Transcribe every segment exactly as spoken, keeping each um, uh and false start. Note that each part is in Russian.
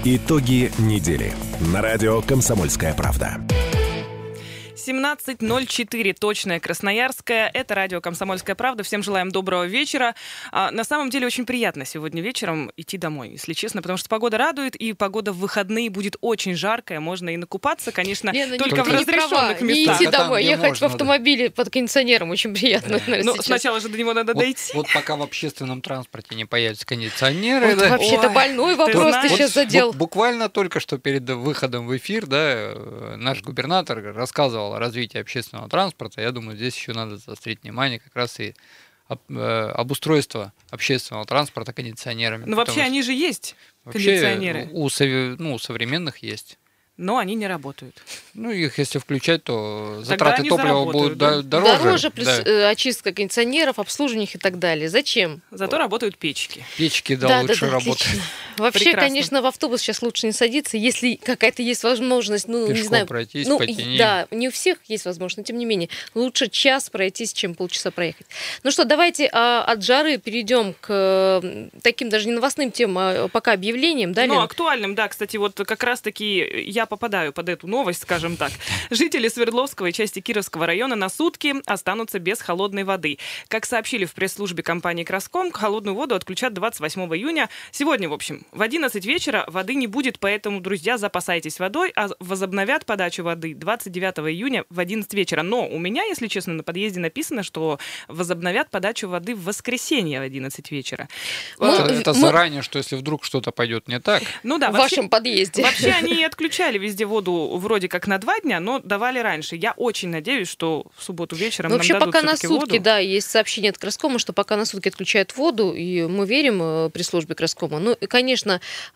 Итоги недели на радио «Комсомольская правда». семнадцать ноль четыре, точная Красноярская. Это радио «Комсомольская правда». Всем желаем доброго вечера. А, на самом деле очень приятно сегодня вечером идти домой, если честно, потому что погода радует, и погода в выходные будет очень жаркая. Можно и накупаться, конечно, Лена, только, только в разрешенных не местах. Не идти Там, домой, где ехать можно, в автомобиле да. под кондиционером очень приятно. Да. Наверное, Но сейчас. сначала же до него надо Вот, дойти. вот пока в общественном транспорте не появятся кондиционеры. Вот да. вообще-то Ой, больной ты вопрос знаешь, ты сейчас Вот задел. бу- буквально только что перед выходом в эфир, да, наш губернатор рассказывал о развитии общественного транспорта. Я думаю, здесь еще надо заострить внимание как раз и об, э, обустройство общественного транспорта кондиционерами. Но вообще потому они же есть, что кондиционеры, вообще у, сове- ну, у современных есть. но они не работают. Ну, их если включать, то Тогда затраты они топлива заработают, будут да? до- дороже. Дороже, плюс Да. э, очистка кондиционеров, обслуживание их и так далее. Зачем? Зато работают печки. Печки, да, лучше работают. отлично. Вообще, Прекрасно. конечно, в автобус сейчас лучше не садиться, если какая-то есть возможность, ну, не Пешком знаю. пройтись ну, по и- тени. Да, не у всех есть возможность, но тем не менее, лучше час пройтись, чем полчаса проехать. Ну что, давайте а, от жары перейдем к э, таким даже не новостным темам, а пока объявлениям, да, Ну, Лен? актуальным, да, кстати, вот как раз-таки я попадаю под эту новость, скажем так. Жители Свердловского и части Кировского района на сутки останутся без холодной воды. Как сообщили в пресс-службе компании «Краском», холодную воду отключат двадцать восьмого июня. Сегодня, в общем, в одиннадцать вечера воды не будет, поэтому, друзья, запасайтесь водой, а возобновят подачу воды двадцать девятого июня в одиннадцать вечера. Но у меня, если честно, на подъезде написано, что возобновят подачу воды в воскресенье в одиннадцать вечера. Мы- Это, это мы- заранее, что если вдруг что-то пойдет не так. Ну да, в вообще- вашем подъезде. Вообще они и отключали везде воду вроде как на два дня, но давали раньше. Я очень надеюсь, что в субботу вечером Ну, нам вообще, дадут пока на всё-таки сутки, воду. да, есть сообщение от Краскома, что пока на сутки отключают воду, и мы верим э, при службе Краскома. Ну, и, конечно,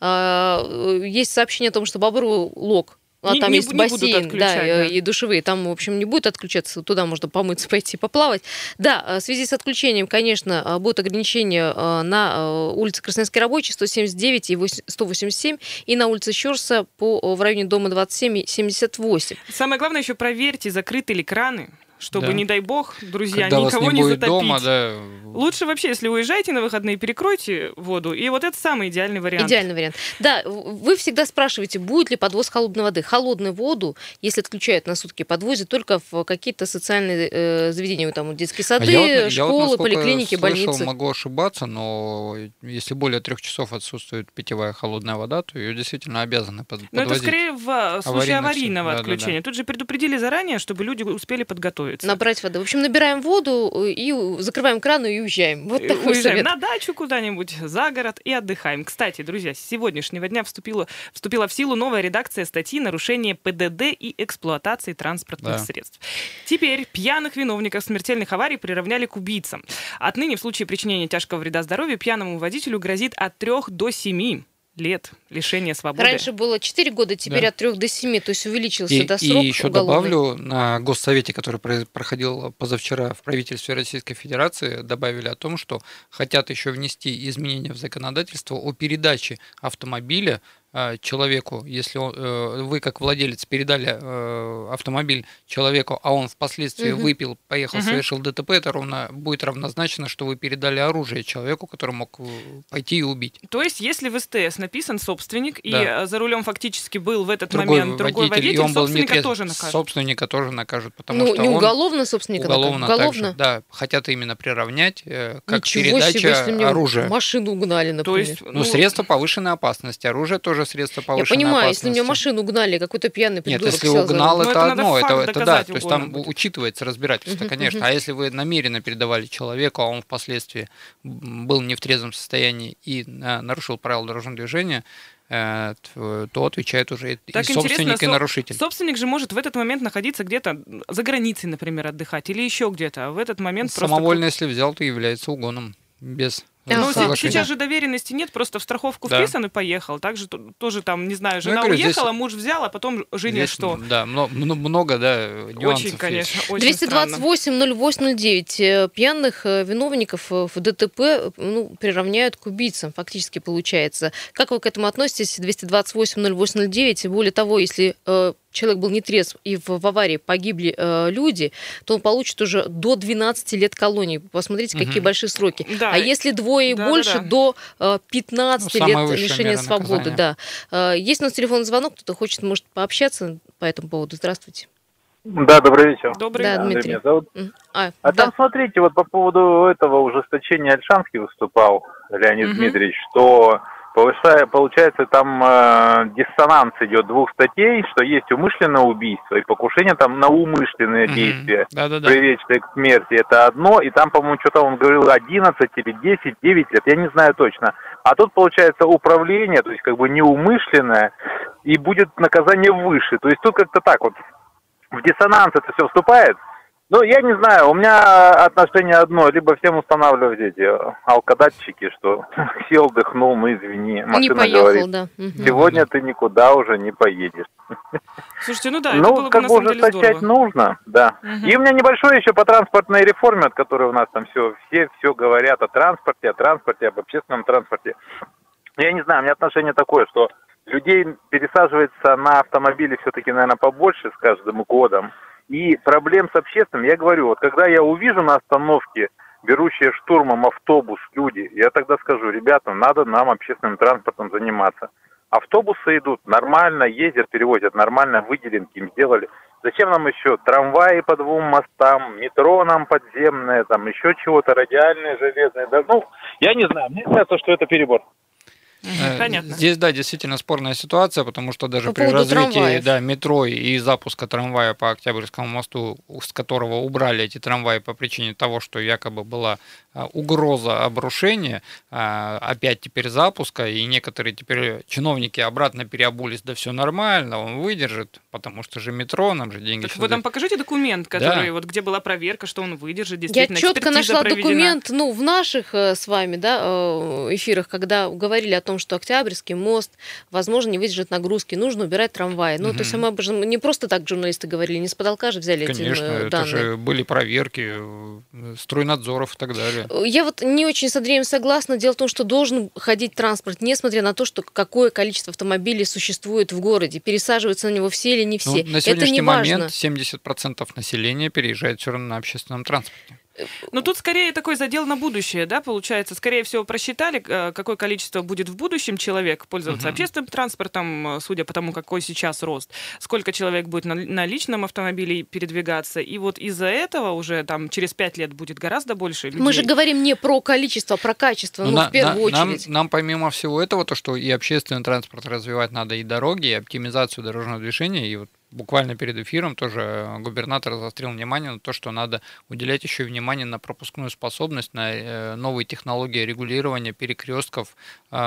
э, есть сообщение о том, что Бобровый лог, а Не- там не есть бу- не будут бассейн, отключать, да, да. и душевые, там, в общем, не будет отключаться, туда можно помыться, пойти поплавать. Да, э, в связи с отключением, конечно, э, будут ограничения э, на э, улице Красноярской рабочей, сто семьдесят девять и вось- сто восемьдесят семь, и на улице Щорса по, в районе дома двадцать семь и семьдесят восемь. Самое главное, еще проверьте, закрыты ли краны, чтобы, Да. не дай бог, друзья, Когда вас никого не не, будет затопить. дома, да. Лучше вообще, если уезжаете на выходные, перекройте воду, и вот это самый идеальный вариант. Идеальный вариант. Да, вы всегда спрашиваете, будет ли подвоз холодной воды. Холодную воду, если отключают на сутки, подвозят только в какие-то социальные э, заведения, там детские А сады, я вот- я вот, школы, насколько поликлиники, слышал, больницы. могу ошибаться, но если более трех часов отсутствует питьевая холодная вода, то ее действительно обязаны под- Но это подвозить. скорее в э, случае Аварийных аварийного всё. Да, да, отключения. Тут же предупредили заранее, чтобы люди успели подготовиться. Набрать воды. В общем, набираем воду и закрываем кран и уезжаем. Вот И такой уезжаем совет. на дачу куда-нибудь, за город и отдыхаем. Кстати, друзья, с сегодняшнего дня вступила, вступила в силу новая редакция статьи «Нарушение ПДД и эксплуатации транспортных Да. средств». Теперь пьяных виновников смертельных аварий приравняли к убийцам. Отныне в случае причинения тяжкого вреда здоровью пьяному водителю грозит от трех до семи лет лишения свободы. Раньше было четыре года, теперь Да. от трех до семи, то есть увеличился И, до и срок еще уголовный. добавлю, на Госсовете, который произ- проходил позавчера в правительстве Российской Федерации, добавили о том, что хотят еще внести изменения в законодательство о передаче автомобиля э, человеку, если он, э, вы как владелец передали э, автомобиль человеку, а он впоследствии Мгм. выпил, поехал, Мгм. совершил ДТП, это равно, будет равнозначно, что вы передали оружие человеку, который мог э, пойти и убить. То есть, если в СТС написан собственник, и Да. э, за рулем фактически был в этот Другой момент другой водитель, и он был собственника нетрезв- тоже накажут. Собственника тоже накажут, потому Ну, что не он уголовно собственника, уголовно, накажут, также, уголовно. да, хотят именно приравнять э, как Ничего передача себе, если мне оружия. машину угнали, То например. есть, Ну, средства повышенной опасности. Оружие тоже средство Я повышенной понимаю, опасности. если мне машину угнали, какой-то пьяный Нет, придурок если сел за руль. угнал, Ну, это, это надо одно, факт это, это да, доказать то есть угодно там будет. учитывается разбирательство, Мгм, конечно. мгм. А если вы намеренно передавали человеку, а он впоследствии м, был не в трезвом состоянии и э, нарушил правила дорожного движения, э, т- то отвечает уже и, Так и интересно, собственник, и со- нарушитель. Собственник же может в этот момент находиться где-то за границей, например, отдыхать, или еще где-то. А в этот момент Самовольно, если взял, то является угоном. Без Ага. просто... Ну, соглашения. сейчас же доверенности нет, просто в страховку Да. вписан и поехал. Также то- тоже там, не знаю, Ну, я жена говорю, здесь- уехала, муж взял, а потом жене Здесь, что? Да, мно- мно- много, да, нюансов Очень, конечно, есть. очень двести двадцать странно. восемь ноль восемь ноль девять э, пьяных э, виновников э, в ДТП э, ну, приравняют к убийцам, фактически получается. Как вы к этому относитесь? двести двадцать восемь ноль восемь ноль девять. Более того, если э, человек был нетрезв и в, в аварии погибли э, люди, то он получит уже до двенадцати лет колонии. Посмотрите, какие угу. большие сроки. Да. А если двое и да, больше, да, да. до э, пятнадцати ну, лет лишения свободы. Да. Э, есть у нас телефонный звонок, кто-то хочет, может, пообщаться по этому поводу. Здравствуйте. Да, добрый вечер. Добрый да, Дмитрий. Меня зовут. А, а да. Там, смотрите, вот по поводу этого ужесточения Ольшанский выступал Леонид угу. Дмитриевич, что повышая, получается, там э, диссонанс идет двух статей, что есть умышленное убийство и покушение там на умышленные угу. действия, да, да, да. приведшие к смерти, это одно, и там, по-моему, что-то он говорил одиннадцать или десять, девять лет, я не знаю точно. А тут, получается, управление, то есть как бы неумышленное, и будет наказание выше. То есть тут как-то так вот в диссонанс это все вступает. Ну, я не знаю, у меня отношение одно, либо всем устанавливать эти алкодатчики, что сел, дыхнул, ну извини, машина не поехал, говорит, да. Сегодня угу. ты никуда уже не поедешь. Слушайте, ну да, это ну, было бы как на бы самом деле ужесточать здорово. нужно, да. Угу. И у меня небольшое еще по транспортной реформе, от которой у нас там все, все, все говорят о транспорте, о транспорте, об общественном транспорте. Я не знаю, у меня отношение такое, что людей пересаживается на автомобили все-таки, наверное, побольше с каждым годом. И проблем с общественным, я говорю, вот когда я увижу на остановке берущие штурмом автобус люди, я тогда скажу, ребята, надо нам общественным транспортом заниматься. Автобусы идут нормально, ездят, перевозят нормально, выделенки им сделали. Зачем нам еще трамваи по двум мостам, метро нам подземное, там еще чего-то, радиальные, железные. Да, ну, я не знаю, мне кажется, что это перебор. Понятно. Здесь, да, действительно спорная ситуация, потому что даже по при развитии да, метро и запуска трамвая по Октябрьскому мосту, с которого убрали эти трамваи по причине того, что якобы была угроза обрушения, опять теперь запуска, и некоторые теперь чиновники обратно переобулись, да все нормально, он выдержит, потому что же метро, нам же деньги... Так вы нам покажите документ, который, да. вот, где была проверка, что он выдержит, действительно, я четко нашла проведена. Документ, ну, в наших с вами, да, эфирах, когда говорили о том, что Октябрьский мост, возможно, не выдержит нагрузки, нужно убирать трамваи. Ну, угу. то есть мы не просто так журналисты говорили, не с потолка же взяли Конечно, эти данные. Конечно, это же были проверки, стройнадзоров и так далее. Я вот не очень с Андреем согласна. Дело в том, что должен ходить транспорт, несмотря на то, что какое количество автомобилей существует в городе. Пересаживаются на него все или не все. Ну, на сегодняшний это не момент важно. семьдесят процентов населения переезжает все равно на общественном транспорте. Но тут скорее такой задел на будущее, да, получается. Скорее всего, просчитали, какое количество будет в будущем человек пользоваться uh-huh. общественным транспортом, судя по тому, какой сейчас рост, сколько человек будет на, на личном автомобиле передвигаться. И вот из-за этого уже там через пять лет будет гораздо больше людей. Мы же говорим не про количество, а про качество, ну, ну на, в первую на, очередь. Нам, нам помимо всего этого, то, что и общественный транспорт развивать надо, и дороги, и оптимизацию дорожного движения, и вот буквально перед эфиром тоже губернатор заострил внимание на то, что надо уделять еще и внимание на пропускную способность, на новые технологии регулирования перекрестков.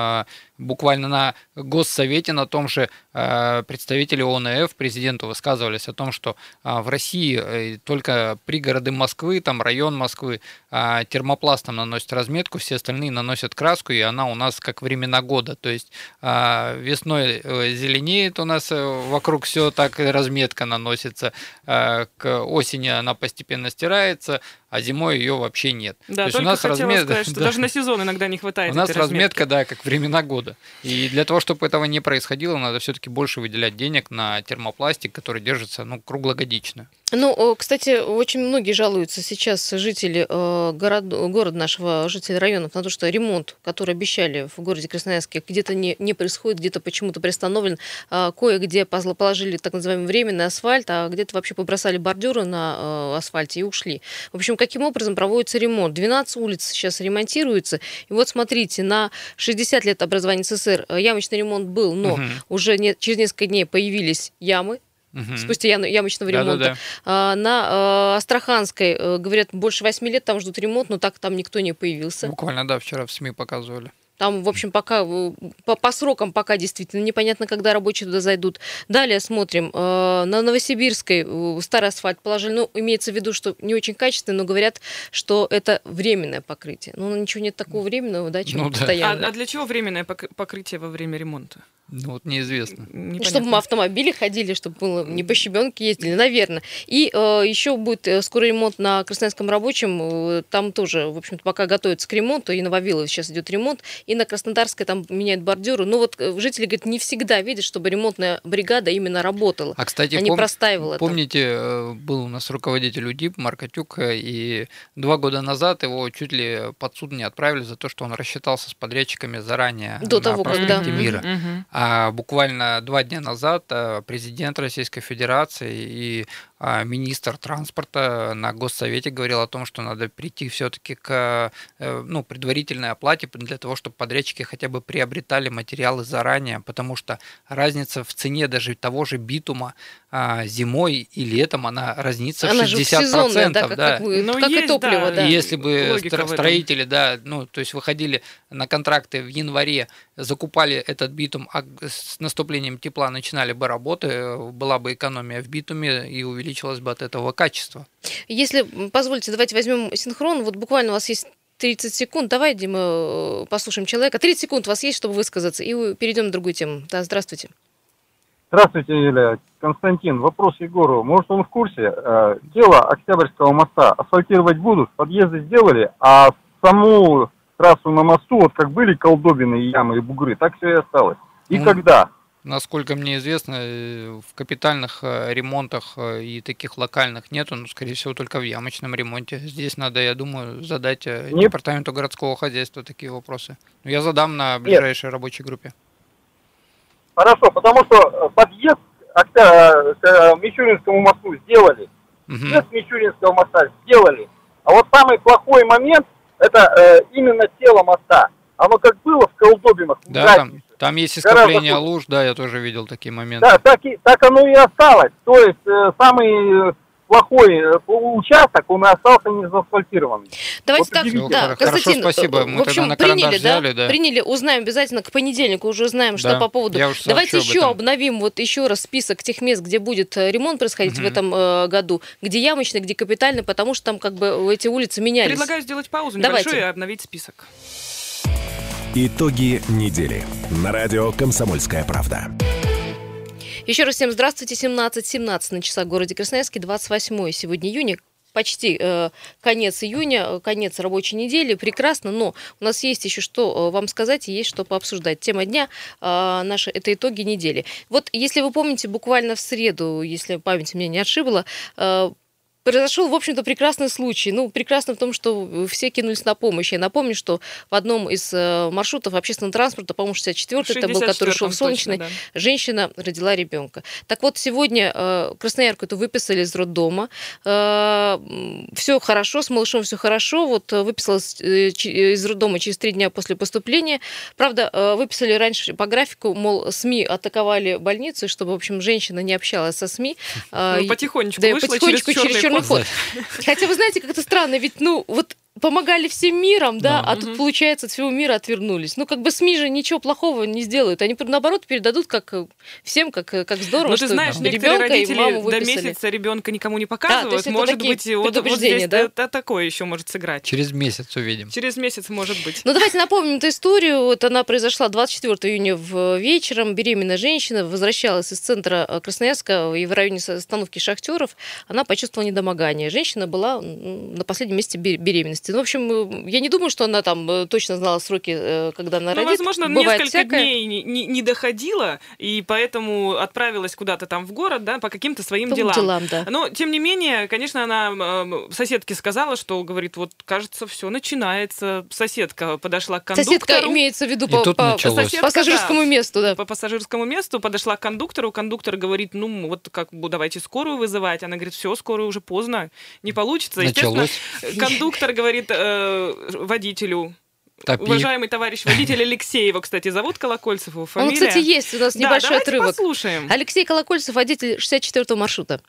Буквально на Госсовете, на том же представители ОНФ, президенту высказывались о том, что в России только пригороды Москвы, там район Москвы термопластом наносят разметку, все остальные наносят краску, и она у нас как времена года. То есть весной зеленеет у нас вокруг все так, разметка наносится, к осени она постепенно стирается, а зимой ее вообще нет. Да, То только есть у нас хотела размет... сказать, что да. даже на сезон иногда не хватает. У нас этой разметка, да, как времена года. И для того, чтобы этого не происходило, надо все-таки больше выделять денег на термопластик, который держится, ну, круглогодично. Ну, кстати, очень многие жалуются сейчас жители э, город, города нашего, жители районов, на то, что ремонт, который обещали в городе Красноярске, где-то не, не происходит, где-то почему-то приостановлен. Э, кое-где положили так называемый временный асфальт, а где-то вообще побросали бордюры на э, асфальте и ушли. В общем, каким образом проводится ремонт? двенадцать улиц сейчас ремонтируются. И вот смотрите, на шестьдесят лет образования СССР ямочный ремонт был, но угу. уже не, через несколько дней появились ямы. Угу. Спустя ямочного ремонта. Да-да-да. А, на а, Астраханской, а, говорят, больше восьми лет там ждут ремонт, но так там никто не появился. Буквально, да, вчера в СМИ показывали. Там, в общем, пока по, по срокам пока действительно непонятно, когда рабочие туда зайдут. Далее смотрим. Э, на Новосибирской э, старый асфальт положили. Ну, имеется в виду, что не очень качественный, но говорят, что это временное покрытие. Ну, ничего нет такого временного, да, чем ну, постоянно. Да. А, а для чего временное покрытие во время ремонта? Ну вот неизвестно. Непонятно. Чтобы мы автомобили ходили, чтобы было не по щебенке ездили, наверное. И э, еще будет скоро ремонт на Красноярском рабочем. Там тоже, в общем-то, пока готовятся к ремонту. И на Вавилове сейчас идет ремонт. И на Краснодарской там меняют бордюры. Но вот жители, говорят, не всегда видят, чтобы ремонтная бригада именно работала. А, кстати, а не пом- простаивала. Помните, там. Был у нас руководитель УДИП Марк Атюк, и два года назад его чуть ли под суд не отправили за то, что он рассчитался с подрядчиками заранее До на того, проспекте когда... Мира. Угу. А буквально два дня назад президент Российской Федерации и министр транспорта на Госсовете говорил о том, что надо прийти все-таки к ну, предварительной оплате для того, чтобы подрядчики хотя бы приобретали материалы заранее, потому что разница в цене даже того же битума зимой и летом, она разнится она в шестьдесят процентов. Сезонная, да, как, да. как, вы, как есть, и топливо. Да. Да. И если бы Логика строители, да, ну, то есть выходили на контракты в январе, закупали этот битум, а с наступлением тепла начинали бы работы, была бы экономия в битуме и увеличилось бы от этого качество. Если позволите, давайте возьмем синхрон. Вот буквально у вас есть тридцать секунд. Давай, Дима, послушаем человека. тридцать секунд у вас есть, чтобы высказаться, и перейдем на другую тему. Да, здравствуйте. Здравствуйте, Юлия. Константин, вопрос Егору. Может, он в курсе? Дело Октябрьского моста асфальтировать будут, подъезды сделали, а саму трассу на мосту, вот как были колдобины, ямы и бугры, так все и осталось. И ну, когда? Насколько мне известно, в капитальных ремонтах и таких локальных нету, но, скорее всего, только в ямочном ремонте. Здесь надо, я думаю, задать Не... департаменту городского хозяйства такие вопросы. Я задам на ближайшей Нет. рабочей группе. Хорошо, потому что подъезд к Мичуринскому мосту сделали, угу. съезд Мичуринского моста сделали, а вот самый плохой момент это э, именно тело моста. Оно как было в колдобинах. Да, там, там есть ископление луж, да, я тоже видел такие моменты. Да, так, и, так оно и осталось. То есть э, самый плохой участок, он и остался не заасфальтированный. Давайте вот так, удивительно. да, Хорошо, Константин, спасибо. Мы в общем, тогда на приняли, взяли, да? да? Приняли, узнаем обязательно к понедельнику, уже узнаем, что да, по поводу. Давайте еще обновим вот еще раз список тех мест, где будет ремонт происходить угу. в этом э, году, где ямочный, где капитальный, потому что там как бы эти улицы менялись. Предлагаю сделать паузу Давайте. небольшую и обновить список. Итоги недели. На радио «Комсомольская правда». Еще раз всем здравствуйте. семнадцать семнадцать на часах в городе Красноярске. двадцать восьмое сегодня июня. Почти э, конец июня, конец рабочей недели. Прекрасно, но у нас есть еще что вам сказать и есть что пообсуждать. Тема дня э, наша – это итоги недели. Вот если вы помните, буквально в среду, если память меня не отшибла, э, произошел, в общем-то, прекрасный случай. Ну, прекрасно в том, что все кинулись на помощь. Я напомню, что в одном из маршрутов общественного транспорта, по-моему, шестьдесят четвёртый это был, который шел в Солнечный, точно, да. женщина родила ребенка. Так вот, сегодня э, красноярку эту выписали из роддома. Э, все хорошо, с малышом все хорошо. Вот выписалась э, из роддома через три дня после поступления. Правда, э, выписали раньше по графику, мол, СМИ атаковали больницу, чтобы, в общем, женщина не общалась со СМИ. Ну, потихонечку да, вышла потихонечку через черный, черный ход. Хотя, вы знаете, как это странно, ведь, ну, вот помогали всем миром, да, да. а угу. тут, получается, от всего мира отвернулись. Ну, как бы СМИ же ничего плохого не сделают. Они, наоборот, передадут как всем, как, как здорово, ну, что ты знаешь, да. некоторые ребенка родители и маму до выписали. месяца ребенка никому не показывают. Да, может быть, вот, вот здесь да? это такое еще может сыграть. Через месяц увидим. Через месяц, может быть. Ну, давайте напомним эту историю. Вот она произошла двадцать четвёртого июня в вечером. Беременная женщина возвращалась из центра Красноярска и в районе остановки Шахтеров. Она почувствовала недомогание. Женщина была на последнем месте беременности. Ну, в общем, я не думаю, что она там точно знала сроки, когда она ну, родит. Возможно, Бывает несколько всякое. дней не, не, не доходила, и поэтому отправилась куда-то там в город, да, по каким-то своим по делам. делам да. Но, тем не менее, конечно, она э, соседке сказала, что, говорит, вот, кажется, все начинается. Соседка подошла к кондуктору. Соседка имеется в виду по, по, по соседка, пассажирскому да, месту, да. По пассажирскому месту подошла к кондуктору. Кондуктор говорит, ну, вот как бы давайте скорую вызывать. Она говорит, все, скорую уже поздно, не получится. Началось. Естественно, кондуктор говорит э, водителю, Топи. Уважаемый товарищ водитель Алексей, его, кстати, зовут Колокольцев, его фамилия. Он, кстати, есть, у нас да, небольшой давайте отрывок. Послушаем. Алексей Колокольцев, водитель шестьдесят четвёртого маршрута.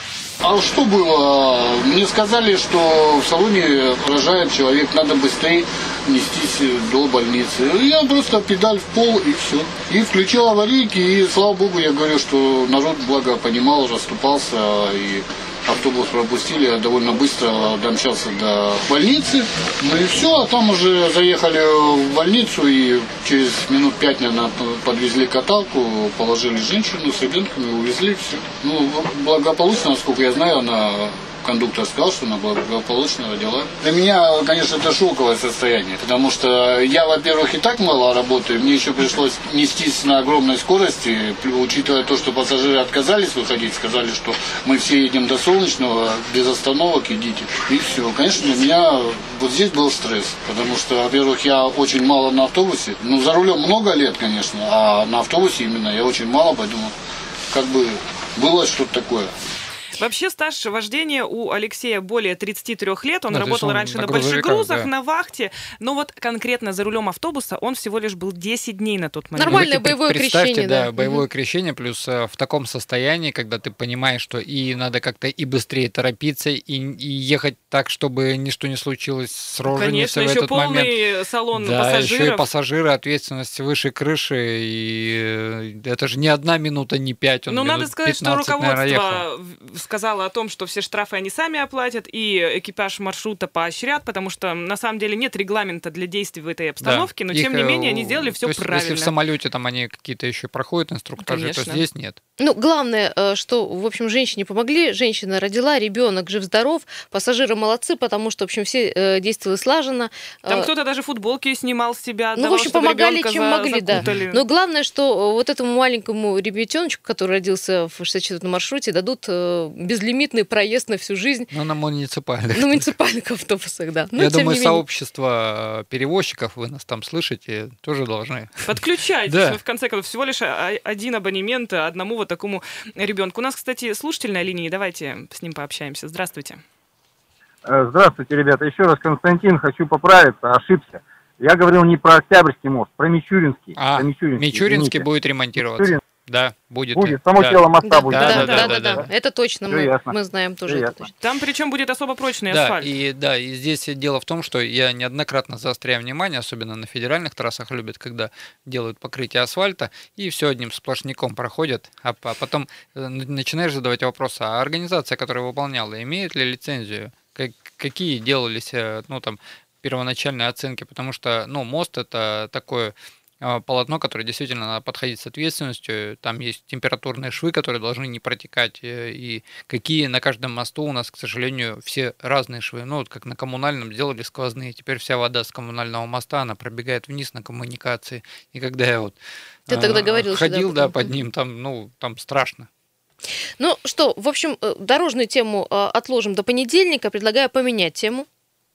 А что было? Мне сказали, что в салоне рожает человек, надо быстрее нестись до больницы. Я просто педаль в пол и все. И включил аварийки, и слава богу, я говорю, что народ благо понимал, расступался и автобус пропустили, я довольно быстро домчался до больницы. Ну и все, а там уже заехали в больницу и через минут пять, наверное, подвезли каталку, положили женщину с ребенком и увезли, все. Ну, благополучно, насколько я знаю, она... Кондуктор сказал, что она благополучно родила. Для меня, конечно, это шоковое состояние, потому что я, во-первых, и так мало работаю, мне еще пришлось нестись на огромной скорости, учитывая то, что пассажиры отказались выходить, сказали, что мы все едем до Солнечного, без остановок идите. И все. Конечно, для меня вот здесь был стресс, потому что, во-первых, я очень мало на автобусе, ну, за рулем много лет, конечно, а на автобусе именно я очень мало, поэтому как бы было что-то такое. Вообще стаж вождения у Алексея более тридцати трёх лет. Он Да, работал он раньше на на больших грузах, да. на вахте. Но вот конкретно за рулем автобуса он всего лишь был десять дней на тот момент. Нормальное Вы боевое представьте, крещение, да, да. боевое Мгм. крещение, плюс э, в таком состоянии, когда ты понимаешь, что и надо как-то и быстрее торопиться, и, и ехать так, чтобы ничто не случилось с роженицей Конечно, в еще этот полный момент. салон Да, еще и пассажиров. пассажиры, ответственность выше крыши, и э, это же не одна минута, не пять, он Ну, надо минут сказать, что пятнадцать, наверное, ехал. руководство в- сказало о том, что все штрафы они сами оплатят, и экипаж маршрута поощрят, потому что на самом деле нет регламента для действий в этой обстановке, Да. но Их, тем не э, менее они сделали все то есть, правильно. Если в самолете там они какие-то еще проходят инструктажи, Конечно. то здесь нет. Ну, главное, э, что, в общем, женщине помогли, женщина родила, ребенок жив-здоров, пассажиры молодцы, потому что, в общем, все э, действовали слаженно. Там Э, кто-то даже футболки снимал с себя, Ну, в отдавал, общем, чтобы помогали, ребенка чем за- могли, да. закутали. Но главное, что вот этому маленькому ребятеночку, который родился в шестьдесят четвёртом маршруте, дадут э, безлимитный проезд на всю жизнь Ну, на муниципальных. на муниципальных автобусах, да. Но, Я тем думаю, не менее. сообщество перевозчиков, вы нас там слышите, тоже должны. Подключайтесь. Да. Ну, в конце концов, всего лишь а- один абонемент одному вот такому ребенку. У нас, кстати, слушатель на линии. Давайте с ним пообщаемся. Здравствуйте. Э, Здравствуйте, ребята. Еще раз, Константин, хочу поправиться, ошибся. Я говорил не про Октябрьский мост, про Мичуринский. А, про Мичуринский, Мичуринский извините. будет ремонтироваться. Мичурин- Да, будет. Будет, само Да. тело моста Да, будет. да, Да, да, да, да, да, да, да. это точно, Всё мы, ясно. мы знаем тоже Всё это ясно. точно. Там причем будет особо прочный Да, асфальт. и, да, и здесь дело в том, что я неоднократно заостряю внимание, особенно на федеральных трассах любят, когда делают покрытие асфальта, и все одним сплошняком проходят, а, а потом э, начинаешь задавать вопрос, а организация, которая выполняла, имеет ли лицензию? Как, какие делались, э, ну, там, первоначальные оценки? Потому что, ну, мост — это такое э, полотно, которое действительно надо подходить с ответственностью. Там есть температурные швы, которые должны не протекать. э, И какие на каждом мосту у нас, к сожалению, все разные швы. Ну, вот как на коммунальном сделали сквозные. Теперь вся вода с коммунального моста, она пробегает вниз на коммуникации. И когда я вот Ты тогда э, говорил, что да, ходил, да, потом. под ним, там, ну, там страшно. Ну что, в общем, э, дорожную тему э, отложим до понедельника. Предлагаю поменять тему.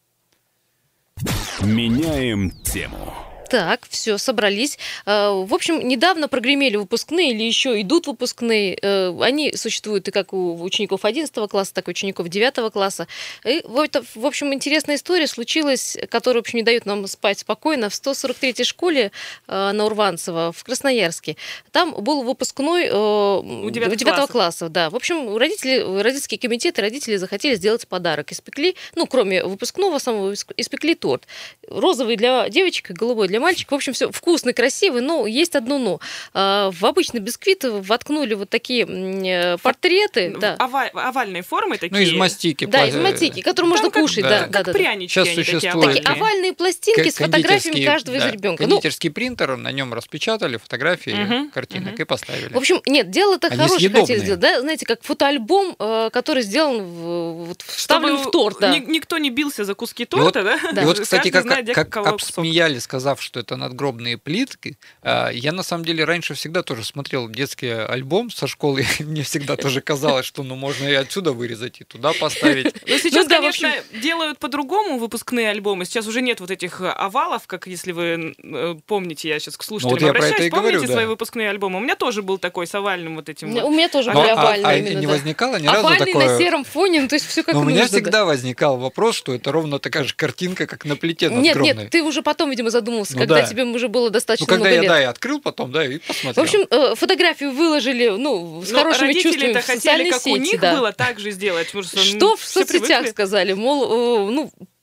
Меняем тему. Так, все, собрались. Э, В общем, недавно прогремели выпускные или еще идут выпускные. Э, Они существуют и как у учеников одиннадцатого класса, так и учеников девятого класса. И вот это, в общем, интересная история случилась, которая, в общем, не дает нам спать спокойно. В сто сорок третьей школе э, на Урванцева в Красноярске. Там был выпускной э, у девятых девятого классов. класса. Да. В общем, родители, родительские комитеты, родители захотели сделать подарок. Испекли, ну, кроме выпускного самого, исп- испекли торт. Розовый для девочек и голубой для мальчика. В общем, все вкусный, красивый, но есть одно но. А, В обычный бисквит воткнули вот такие м, э, портреты. Да. Ова- овальной формы такие. Ну, из мастики. Да, из пла- матики, которые Там можно как- кушать. да, Да, Как да, да, да. прянички Сейчас они такие существует. Такие овальные. овальные пластинки с фотографиями Кондитерский- каждого из да, ребенка. Ну, Кондитерский принтер, на нем распечатали фотографии Мгм, картинок мгм. и поставили. в общем, нет, дело-то Они хорошее съедобные. хотели сделать, да, знаете, как фотоальбом, э, который сделан, в, вот, вставлен Чтобы в торт, да. ни- никто не бился за куски И торта, да? Да. И вот, кстати, Каждый как, знает, где как кого кусок. обсмеяли, сказав, что это надгробные плитки, а, я на самом деле раньше всегда тоже смотрел детский альбом со школы, и мне всегда тоже казалось, что ну можно и отсюда вырезать, и туда поставить. Ну, сейчас, Ну да, в конечно, делают по-другому выпускные альбомы. Сейчас уже нет вот этих э, овалов, как если вы э, помните, я сейчас к слушателям вот я про это обращаюсь, и говорю, помните да. свои выпускные альбомы? У меня тоже был такой с овальным вот этим вот. У меня тоже Ну, были а- овальные а именно, не да. возникало ни разу Овальный на такое? сером фоне, ну, то есть все как Но у меня нужно, да. всегда возникал вопрос, что это ровно такая же картинка, как на плите Нет, надгробной. нет, ты уже потом, видимо, задумался, Ну когда да. тебе уже было Ну, достаточно когда много я, лет. да, я открыл потом, да, и В посмотрел. общем, э, фотографию выложили, ну, с Но хорошими чувствами родители-то в хотели, социальной как сети, у них да. было, так же сделать. потому что, ну, Что в все соцсетях привыкли. сказали, мол, э, ну,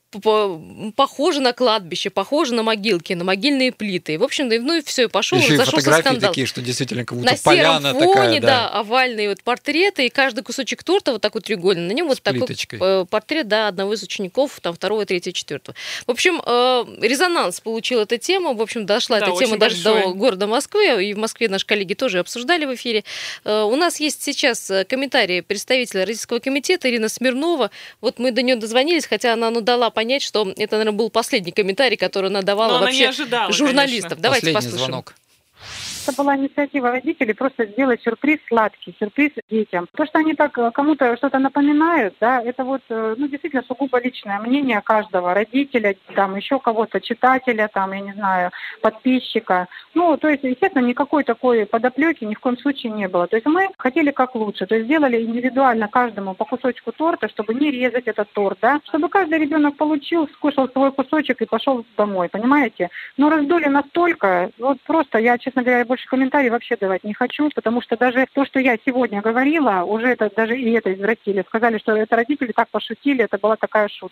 похоже на кладбище, похоже на могилки, на могильные плиты. В общем, ну и все, и пошел, Еще и зашелся фотографии скандал. такие, что действительно как будто на сером поляна фоне, такая. да, Да, овальные вот портреты, и каждый кусочек торта вот такой треугольный, на нем вот такой плиточкой. портрет, да, одного из учеников, там, второго, третьего, четвертого. В общем, резонанс получила эта тема, в общем, дошла Да, эта тема даже большой. до города Москвы, и в Москве наши коллеги тоже обсуждали в эфире. У нас есть сейчас комментарий представителя Российского комитета Ирина Смирнова. Вот мы до нее дозвонились, хотя она ну, дала понять, что это, наверное, был последний комментарий, который она давала Но вообще она не ожидала, журналистов. конечно. Давайте Последний послушаем. звонок. Это была инициатива родителей просто сделать сюрприз сладкий, сюрприз детям. То, что они так кому-то что-то напоминают, да, это вот, ну, действительно сугубо личное мнение каждого родителя, там, еще кого-то, читателя, там, я не знаю, подписчика. Ну, то есть, естественно, никакой такой подоплеки ни в коем случае не было. То есть мы хотели как лучше, то есть сделали индивидуально каждому по кусочку торта, чтобы не резать этот торт, да, чтобы каждый ребенок получил, скушал свой кусочек и пошел домой, понимаете? Но раздули настолько, вот просто, я, честно говоря, больше комментариев вообще давать не хочу, потому что даже то, что я сегодня говорила, уже это даже и это извратили. Сказали, что это родители так пошутили, это была такая шутка.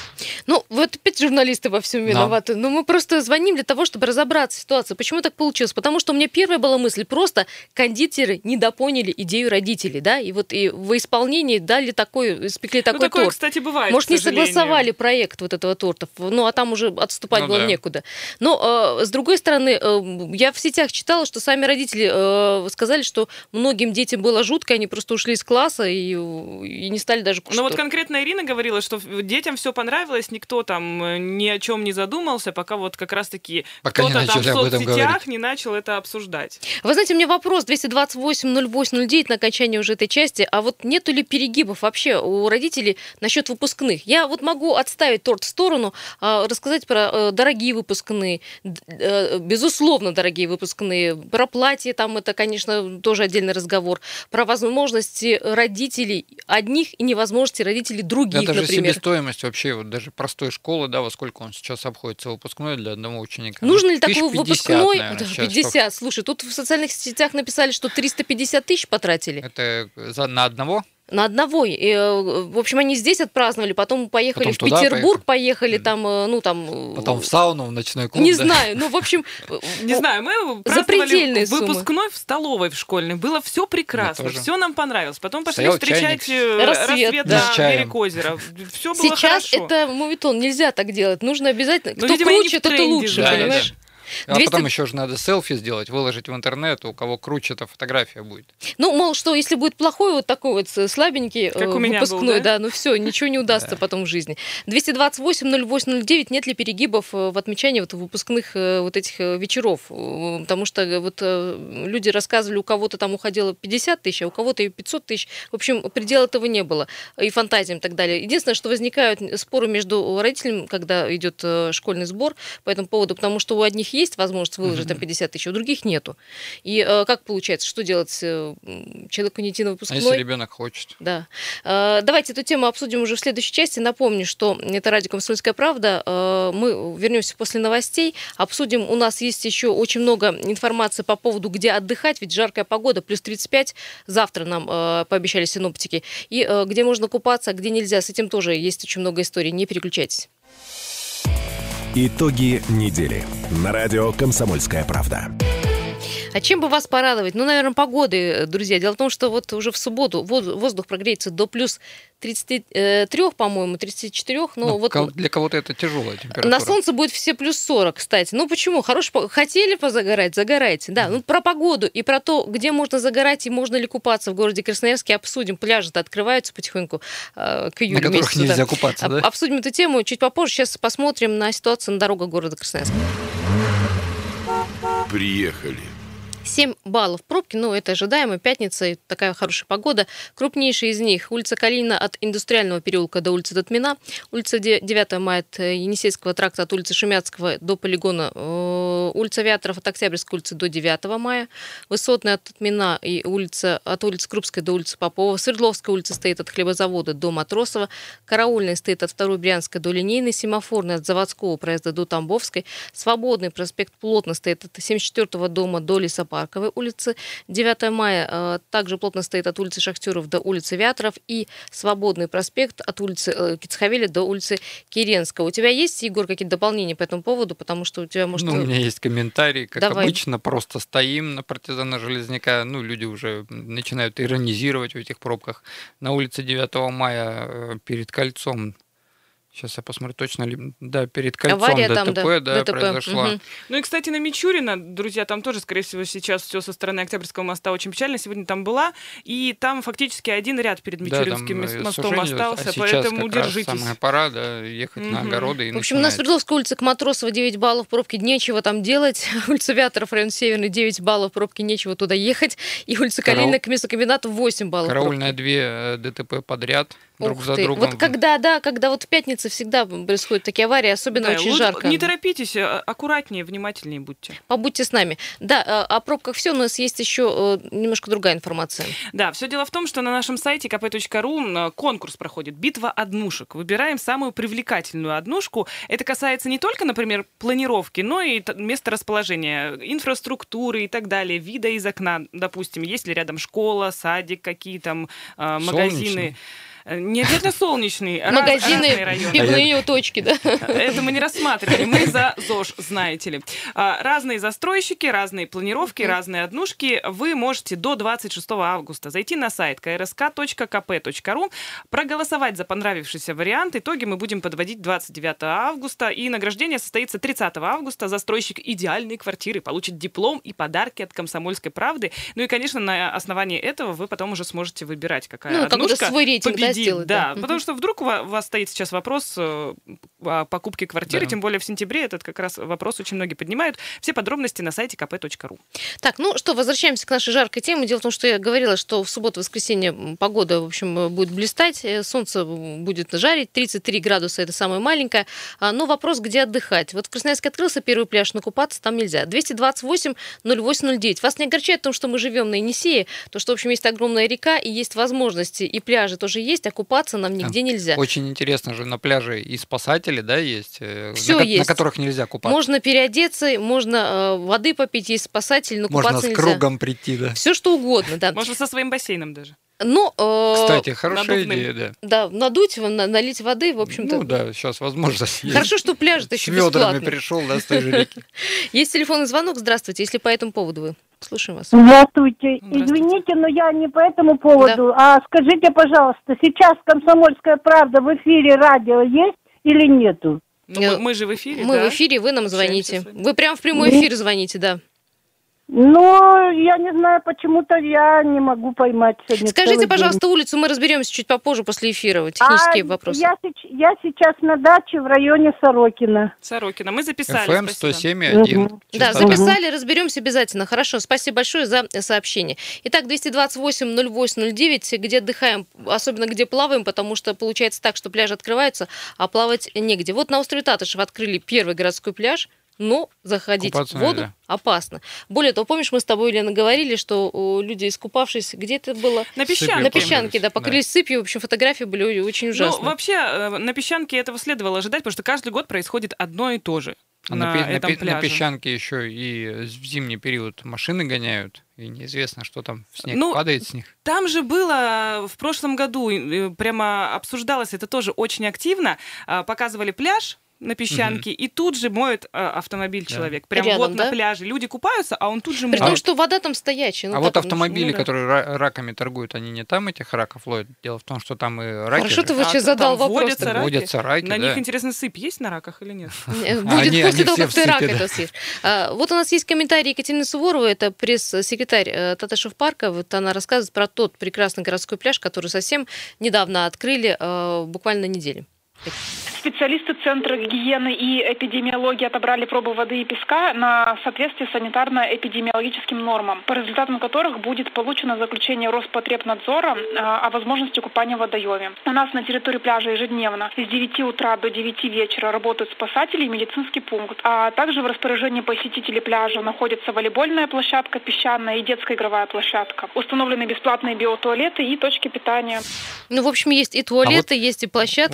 Ну, вот опять журналисты во всем виноваты. Но мы просто звоним для того, чтобы разобраться в ситуации. Почему так получилось? Потому что у меня первая была мысль, просто кондитеры недопоняли идею родителей, да, и вот и в исполнении дали такой, испекли такой ну, такое, торт. кстати, бывает, может, не сожалению. согласовали проект вот этого торта, ну, а там уже отступать ну, было да. некуда. Но, э, с другой стороны, э, я в сетях читала, что сами родители э, сказали, что многим детям было жутко, они просто ушли из класса и, и не стали даже кушать. Ну вот конкретно Ирина говорила, что детям все понравилось, никто там ни о чем не задумался, пока вот как раз-таки Пока кто-то не там в начали об этом соцсетях говорить. не начал это обсуждать. Вы знаете, у меня вопрос двести двадцать восемь ноль восемь ноль девять на окончании уже этой части, а вот нету ли перегибов вообще у родителей насчет выпускных? Я вот могу отставить торт в сторону, рассказать про дорогие выпускные, безусловно дорогие выпускные, про платье, там это, конечно, тоже отдельный разговор, про возможности родителей одних и невозможности родителей других, Это же например. себестоимость вообще вот даже простой школы, да, во сколько он сейчас обходится выпускной для одного ученика. Нужно ли Тысяч такой пятьдесят, выпускной? наверное, Да, сейчас, пятьдесят. Слушай, тут в социальных сетях написали, что триста пятьдесят тысяч потратили. Это за, на одного? На одного. И, в общем, они здесь отпраздновали, потом поехали Потом в туда Петербург, поехали. поехали там, ну там... Потом в сауну, в ночной клуб. Не да? знаю, ну, в общем... Не знаю, мы запредельные праздновали суммы. выпускной в столовой в школьной. Было все прекрасно, тоже. все нам понравилось. Потом пошли Стоял встречать чайник. э, Рассвет, рассвет да. на С чаем. берег озера. Все было Сейчас хорошо. это моветон, нельзя так делать. Нужно обязательно... Ну, Кто видимо, они в круче, тот и тренде лучше, были. понимаешь? Да, да. А двести потом еще же надо селфи сделать, выложить в интернет, у кого круче эта фотография будет. Ну, мол, что, если будет плохой вот такой вот слабенький Как э, у меня был, выпускной, да? да, ну все, ничего не удастся потом в жизни. двести двадцать восемь ноль восемь ноль девять, нет ли перегибов э, в отмечании вот выпускных э, вот этих э, вечеров? Э, Потому что э, вот э, люди рассказывали, у кого-то там уходило пятьдесят тысяч, а у кого-то и пятьсот тысяч. В общем, предела этого не было. И фантазиям и так далее. Единственное, что возникают споры между родителями, когда идет э, школьный сбор по этому поводу, потому что у одних есть возможность выложить там пятьдесят тысяч, а у других нету. И э, как получается, что делать? Э, Человеку не идти на А выпускной? если ребенок хочет? Да. Э, Давайте эту тему обсудим уже в следующей части. Напомню, что это радио «Комсомольская правда». Э, Мы вернемся после новостей. Обсудим. У нас есть еще очень много информации по поводу, где отдыхать. Ведь жаркая погода, плюс тридцать пять. Завтра нам э, пообещали синоптики. И э, где можно купаться, а где нельзя. С этим тоже есть очень много историй. Не переключайтесь. Итоги недели. На радио «Комсомольская правда». А чем бы вас порадовать? Ну, наверное, погоды, друзья. Дело в том, что вот уже в субботу воздух прогреется до плюс тридцати трёх, по-моему, тридцати четырёх. Но Ну, вот ко- для кого-то это тяжелая температура. на солнце будет все плюс сорок, кстати. Ну, почему? Хорош... по- Хотели позагорать? Загорайте. Да, ну, про погоду и про то, где можно загорать и можно ли купаться в городе Красноярске, обсудим. Пляжи-то открываются потихоньку э, к июлю На которых месяцу, нельзя да. купаться, да? Об- Обсудим эту тему чуть попозже. Сейчас посмотрим на ситуацию на дорогах города Красноярска. Приехали. семь баллов пробки, ну, это ожидаемо, пятница, и такая хорошая погода. Крупнейшие из них: улица Калинина от Индустриального переулка до улицы Татмина, улица девятого мая от Енисейского тракта от улицы Шумяцкого до полигона, э, улица Авиаторов от Октябрьской улицы до девятого мая, Высотная от Татмина и улица от улицы Крупской до улицы Попова, Свердловская улица стоит от Хлебозавода до Матросова, Караульная стоит от второй Брянской до Линейной, Семафорная от Заводского проезда до Тамбовской, Свободный проспект плотно стоит от семьдесят четвёртого дома до Лесопарка, Парковой улицы девятого мая. Также плотно стоит от улицы Шахтеров до улицы Вяторов и Свободный проспект от улицы Кицхавеля до улицы Киренского. У тебя есть, Егор, какие-то дополнения по этому поводу? Потому что у тебя, может... Ну, у меня есть комментарий. Как Давай. обычно, просто стоим на Партизана Железняка. Ну, люди уже начинают иронизировать в этих пробках. На улице девятого мая перед кольцом. Сейчас я посмотрю, точно ли... Да, перед кольцом Авария ДТП, там, да, да, ДТП. произошла. Угу. Ну и, кстати, на Мичурина, друзья, там тоже, скорее всего, сейчас все со стороны Октябрьского моста очень печально. Сегодня там была, и там фактически один ряд перед Мичуринским да, там мостом сужение, остался, а сейчас поэтому как раз держитесь. самая пора, да, ехать Угу. на огороды и В общем, на начинается. Свердловской улице к Матросова девять баллов пробки, нечего там делать. Улица Вяторов, район Северный, девять баллов пробки, нечего туда ехать. И улица Караул... Калинина к мясокомбинату восемь баллов Караульная пробки. две ДТП подряд, друг Ух за ты. другом. Вот когда, да, когда вот в пятницу всегда происходят такие аварии, особенно Да, очень вот жарко. Не торопитесь, а- аккуратнее, внимательнее будьте. Побудьте с нами. Да, о пробках все, у нас есть еще немножко другая информация. Да, все дело в том, что на нашем сайте ка пэ точка ру конкурс проходит «Битва однушек». Выбираем самую привлекательную однушку. Это касается не только, например, планировки, но и т- места расположения, инфраструктуры и так далее, вида из окна, допустим, есть ли рядом школа, садик, какие там э, магазины. Солнечный. Не обязательно солнечный, раз- Магазины, разные районы. пивные точки, да. Это мы не рассматривали, мы за ЗОЖ, знаете ли. А, Разные застройщики, разные планировки, Мгм. разные однушки. Вы можете до двадцать шестого августа зайти на сайт ка эр эс ка точка ка пэ точка ру, проголосовать за понравившийся вариант. Итоги мы будем подводить двадцать девятого августа, и награждение состоится тридцатого августа. Застройщик идеальной квартиры получит диплом и подарки от «Комсомольской правды». Ну и, конечно, на основании этого вы потом уже сможете выбирать, какая Ну, какой-то однушка свой рейтинг, да, победит. сделать, Да, да. потому что вдруг у ва- у вас стоит сейчас вопрос э, о покупке квартиры, Да. тем более в сентябре этот как раз вопрос очень многие поднимают. Все подробности на сайте ка пэ точка ру. Так, ну что, возвращаемся к нашей жаркой теме. Дело в том, что я говорила, что в субботу-воскресенье погода, в общем, будет блистать, э, солнце будет жарить, тридцать три градуса, это самое маленькое. А, Но вопрос, где отдыхать. Вот в Красноярске открылся первый пляж, но купаться там нельзя. двести двадцать восемь ноль восемь ноль девять. Вас не огорчает в том, что мы живем на Енисее, то, что, в общем, есть огромная река, и есть возможности, и пляжи тоже есть, а купаться нам нигде нельзя. Очень интересно же, на пляже и спасатели, да, есть, э, Всё на, ко- есть. на которых нельзя купаться. Можно переодеться, можно э, воды попить, есть спасатель, но Можно купаться с нельзя. кругом прийти, да. Все что угодно, да. Можно со своим бассейном даже. Ну, э, Кстати, хорошая надувным. идея, да. да, надуть, на- налить воды, в общем-то. Ну да, сейчас возможность есть. Хорошо, что пляж-то С еще ведрами бесплатный. пришел, да, с той же реки. Есть телефонный звонок. Здравствуйте, если по этому поводу вы. Слушаем вас. Здравствуйте. Здравствуйте. Извините, но я не по этому поводу. А скажите, пожалуйста, сейчас «Комсомольская правда» в эфире радио есть или нету? Ну, мы, мы же в эфире, Мы да? в эфире, вы нам звоните. Общаемся с вами. Вы прям в прямой эфир звоните, да. Ну, я не знаю, почему-то я не могу поймать сегодня. Скажите, целый пожалуйста, улицу, мы разберемся чуть попозже после эфира. день. Технические А вопросы. Я, сеч- я сейчас на даче в районе Сорокина. Сорокина. Мы записали. эф эм спасибо. сто семь и один. Да, Частота. записали, разберемся обязательно. Хорошо, спасибо большое за сообщение. Итак, двести двадцать восемь ноль восемь ноль девять, где отдыхаем, особенно где плаваем, потому что получается так, что пляжи открываются, а плавать негде. Вот на острове Татышев открыли первый городской пляж, но заходить Купаться в воду нельзя. опасно. Более того, помнишь, мы с тобой, Елена, говорили, что о, люди, искупавшись, где это было? На Сыпью песчанке. На песчанке, да, Да. покрылись сыпью. В общем, фотографии были очень Ну, ужасные. вообще, э, на песчанке этого следовало ожидать, потому что каждый год происходит одно и то же А на, на, пе- на этом пе- на пляже. песчанке еще и в зимний период машины гоняют, и неизвестно, что там в снег Ну, падает с них. Там же было в прошлом году, э, прямо обсуждалось это тоже очень активно, а, показывали пляж на песчанке, и тут же моет а, автомобиль Да. человек. Прям Рядом, вот да? на пляже. Люди купаются, а он тут же При моет. том, что вода там стоячая. ну а как вот он, автомобили, ну да. которые ра- раками торгуют, они не там этих раков ловят? Дело в том, что там и раки Хорошо, же. ты вот А сейчас там задал вопрос. водятся раки? водятся раки, На да. них, интересно, сыпь есть на раках или нет? Э, Будет Они- после они того, все как ты в рак сыпи, да. это съешь. А, Вот у нас есть комментарий Екатерины Суворовой, это пресс-секретарь э, Татышев парка. Вот она рассказывает про тот прекрасный городской пляж, который совсем недавно открыли, э, буквально на неделе. Специалисты Центра гигиены и эпидемиологии отобрали пробы воды и песка на соответствие санитарно-эпидемиологическим нормам, по результатам которых будет получено заключение Роспотребнадзора о возможности купания в водоеме. У нас на территории пляжа ежедневно с девяти утра до девяти вечера работают спасатели и медицинский пункт. А также в распоряжении посетителей пляжа находится волейбольная площадка, песчаная и детская игровая площадка. Установлены бесплатные биотуалеты и точки питания. Ну, в общем, есть и туалеты, есть и площадка. Вот интересно,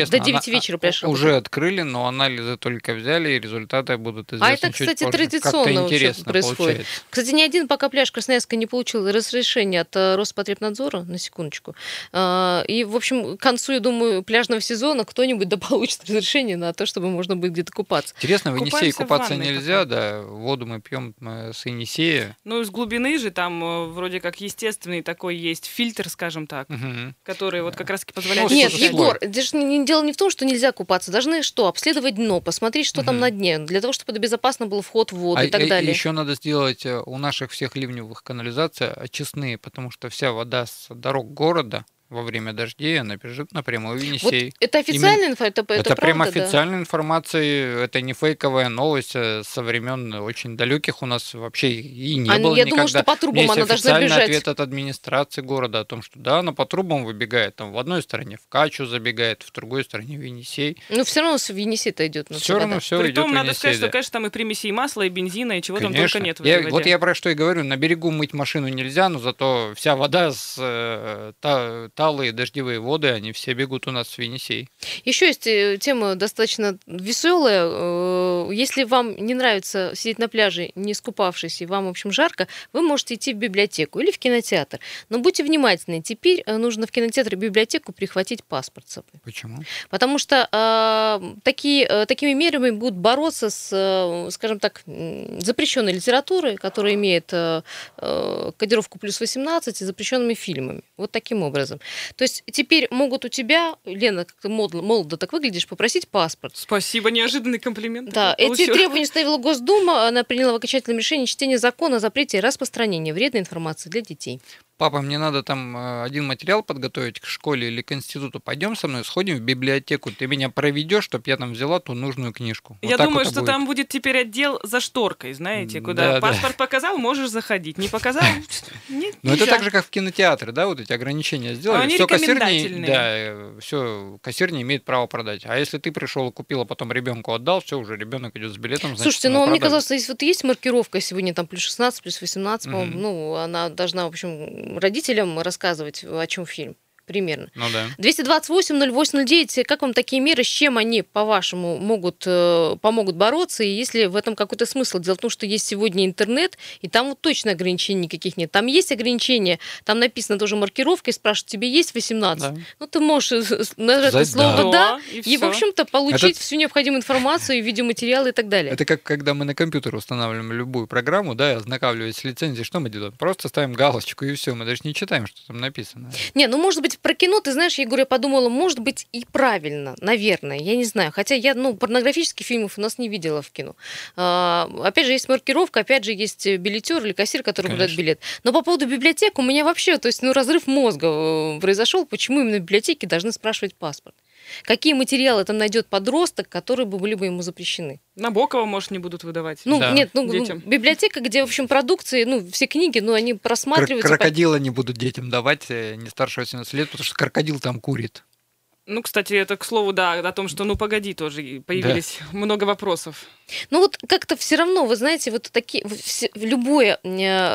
Конечно, до девяти она- вечера пляж уже работает. открыли, но анализы только взяли, и результаты будут известны А это, чуть кстати, позже. традиционно Как-то вообще интересно происходит. получается. Кстати, ни один пока пляж Красноярска не получил разрешения от э, Роспотребнадзора, на секундочку. А, И, в общем, к концу, я думаю, пляжного сезона кто-нибудь да получит разрешение на то, чтобы можно будет где-то купаться. Интересно, в Енисее Купаемся в купаться ванной нельзя, да, воду мы пьем э, с Енисея. Ну, из глубины же там э, вроде как естественный такой есть фильтр, скажем так, Мгм. который вот как раз-таки позволяет... Ну, Нет, слушай, Егор, здесь не, не- дело не в том, что нельзя купаться. Должны что? Обследовать дно, посмотреть, что там Мгм. на дне, для того, чтобы это безопасно был вход в воду А, и так далее. еще надо сделать э, у наших всех ливневых канализаций очистные, потому что вся вода с дорог города во время дождей, она бежит напрямую в Вот Енисей. это официальная инфа, это, это, Это, прям правда, да? официальная информация, это не фейковая новость э, со времен очень далеких у нас вообще и не А, было я никогда. думала, что по трубам У меня есть она должна официальный бежать. ответ от администрации города о том, что да, она по трубам выбегает, там в одной стороне в Качу забегает, в другой стороне в Енисей. Ну, все равно в Енисей-то идет. ну, Все вода. равно все идет Притом, в надо Енисей. сказать, что, да. конечно, там и примесей масла, и бензина, и чего там Конечно. только нет в Я- этой вот воде. я про что и говорю, на берегу мыть машину нельзя, но зато вся вода с э, та- талые дождевые воды, они все бегут у нас в Енисей. Еще есть э, тема достаточно веселая. Э, Если вам не нравится сидеть на пляже, не искупавшись, и вам, в общем, жарко, вы можете идти в библиотеку или в кинотеатр. Но будьте внимательны, теперь э, нужно в кинотеатр и библиотеку прихватить паспорт с собой. Почему? Потому что э, такие, э, такими мерами будут бороться с, э, скажем так, м, запрещенной литературой, которая имеет э, э, кодировку плюс восемнадцать, и запрещенными фильмами. Вот таким образом. То есть теперь могут у тебя, Лена, как ты молодо, молодо так выглядишь, попросить паспорт. Спасибо, неожиданный комплимент. Да, такой эти получила. требования ставила Госдума, она приняла в окончательном решении чтение закона о запрете распространения вредной информации для детей. Папа, мне надо там э, один материал подготовить к школе или к институту. Пойдем со мной, сходим в библиотеку. Ты меня проведешь, чтобы я там взяла ту нужную книжку. Вот Я так думаю, вот и что будет. там будет теперь отдел за шторкой, знаете, М, куда да, да. паспорт показал, можешь заходить. Не показал, нет, Ну, это нельзя. так же, как в кинотеатре, да, вот эти ограничения сделали. А они Все кассир не, рекомендательные. да, все, кассир не имеет права продать. А если ты пришел и купил, а потом ребенку отдал, все, уже ребенок идет с билетом, значит, Слушайте, ему ну мне продали. казалось, если вот есть маркировка сегодня там плюс шестнадцать, плюс восемнадцать, Мгм. по-моему, ну, она должна, в общем, родителям рассказывать, о чем фильм. Примерно. Ну да. двести двадцать восемь ноль восемь ноль девять. Как вам такие меры? С чем они, по-вашему, могут, э, помогут бороться? И есть ли в этом какой-то смысл? Дело в том, что есть сегодня интернет, и там вот точно ограничений никаких нет. Там есть ограничения, там написано тоже маркировкой, спрашивают, тебе есть восемнадцать? Да. Ну, ты можешь э, нажать на Сказать слово «да». «да», И и, в всё. общем-то, получить Это- всю необходимую информацию, и видеоматериалы и так далее. Это как когда мы на компьютер устанавливаем любую программу, да, и ознакомливаясь с лицензией, что мы делаем? Просто ставим галочку и все, мы даже не читаем, что там написано. Не, ну, может быть, про кино, ты знаешь, Егор, я подумала, может быть, и правильно, наверное, я не знаю. Хотя я, ну, порнографических фильмов у нас не видела в кино. А, опять же, есть маркировка, опять же, есть билетер или кассир, который выдает Конечно. билет. Но по поводу библиотек у меня вообще, то есть, ну, разрыв мозга э, произошел, почему именно в библиотеке должны спрашивать паспорт. Какие материалы там найдет подросток, которые бы были бы ему запрещены? Набокова, может, не будут выдавать. Ну, Да. нет, ну, ну, Детям. библиотека, где, в общем, продукции, ну, все книги, ну, они Кр- просматриваются. по- крокодила не будут детям давать, э, не старше восемнадцати лет, потому что крокодил там курит. Ну, кстати, это, к слову, да, о том, что, ну, погоди, тоже и появились много вопросов. Ну вот как-то все равно, вы знаете, вот такие все- любое, э,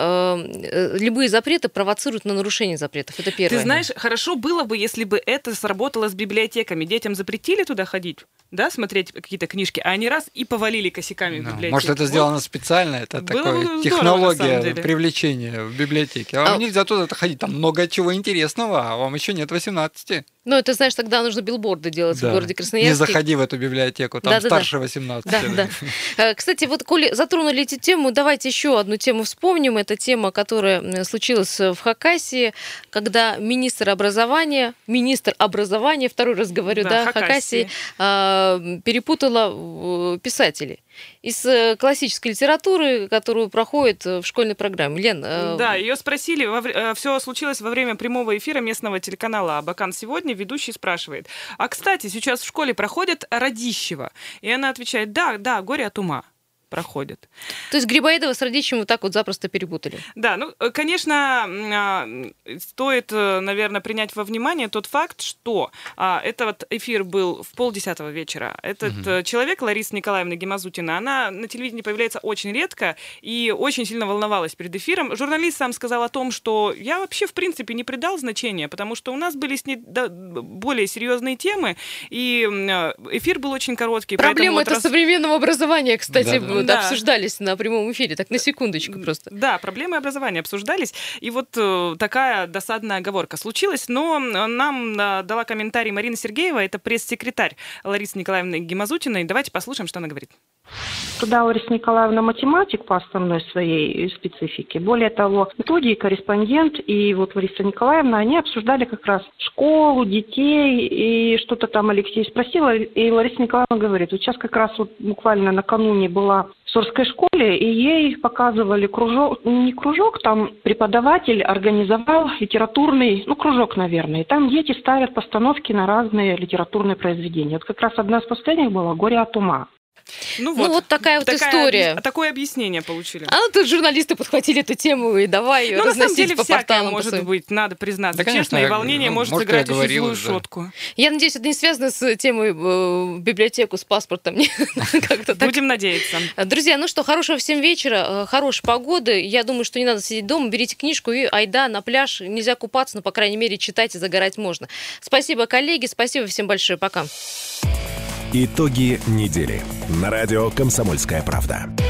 э, любые запреты провоцируют на нарушение запретов. Это первое. Ты знаешь, хорошо было бы, если бы это сработало с библиотеками. Детям запретили туда ходить, да, смотреть какие-то книжки, а они раз и повалили косяками в Ну, библиотеку. может, это Вот. сделано специально, это Было бы такая здорово, на технология самом деле. привлечения в библиотеке. А вам А- нельзя туда ходить, там много чего интересного, а вам еще нет восемнадцати. Ну, это, знаешь, тогда нужно билборды делать Да. в городе Не Красноярске. заходи в эту библиотеку, там Да-да-да. старше восемнадцати. Да, да. Э, Кстати, вот, коли затронули эту тему, давайте еще одну тему вспомним. Это тема, которая м, случилась в Хакасии, когда министр образования, министр образования, второй раз говорю, Да, да, Хакасии. Хакасии, а, перепутала э, писателей из э, классической литературы, которую проходит э, в школьной программе. Лен, э, Да, ее спросили, все случилось во время прямого эфира местного телеканала «Абакан сегодня». Ведущий спрашивает, а, кстати, сейчас в школе проходят Радищева? И она отвечает, да, да, горе от ума. проходят. То есть Грибоедова с Радищевым вот так вот запросто перепутали? Да, ну, конечно, стоит, наверное, принять во внимание тот факт, что этот эфир был в полдесятого вечера. Этот угу. человек, Лариса Николаевна Гимазутина, она на телевидении появляется очень редко и очень сильно волновалась перед эфиром. Журналист сам сказал о том, что я вообще, в принципе, не придал значения, потому что у нас были с ней более серьезные темы, и эфир был очень короткий. Проблема это вот раз... современного образования, кстати, да, да. Да, обсуждались на прямом эфире, так на секундочку просто. Да, проблемы образования обсуждались, и вот э, такая досадная оговорка случилась, но нам э, дала комментарий Марина Сергеева, это пресс-секретарь Ларисы Николаевны Гимазутиной. Давайте послушаем, что она говорит. Туда Лариса Николаевна математик по основной своей специфике. Более того, методий, корреспондент и вот Лариса Николаевна, они обсуждали как раз школу, детей, и что-то там Алексей спросил, и Лариса Николаевна говорит, вот сейчас как раз вот буквально накануне была в Сорской школе, и ей показывали кружок, не кружок, там преподаватель организовал литературный, ну, кружок, наверное, и там дети ставят постановки на разные литературные произведения. Вот как раз одна из последних была «Горе от ума». Ну вот, ну вот такая вот такая, история. Такое объяснение получили. А ну тут журналисты подхватили эту тему и давай ее разносить по порталам. Ну, на самом деле, всякое может быть, надо признаться. Да, честно, и волнение ну, может, может сыграть очень злую шутку. Я надеюсь, это не связано с темой в библиотеку с паспортом. Будем надеяться. Друзья, ну что, хорошего всем вечера, хорошей погоды. Я думаю, что не надо сидеть дома, берите книжку и айда на пляж. Нельзя купаться, но, по крайней мере, читать и загорать можно. Спасибо, коллеги, спасибо всем большое. Пока. Итоги недели. На радио «Комсомольская правда».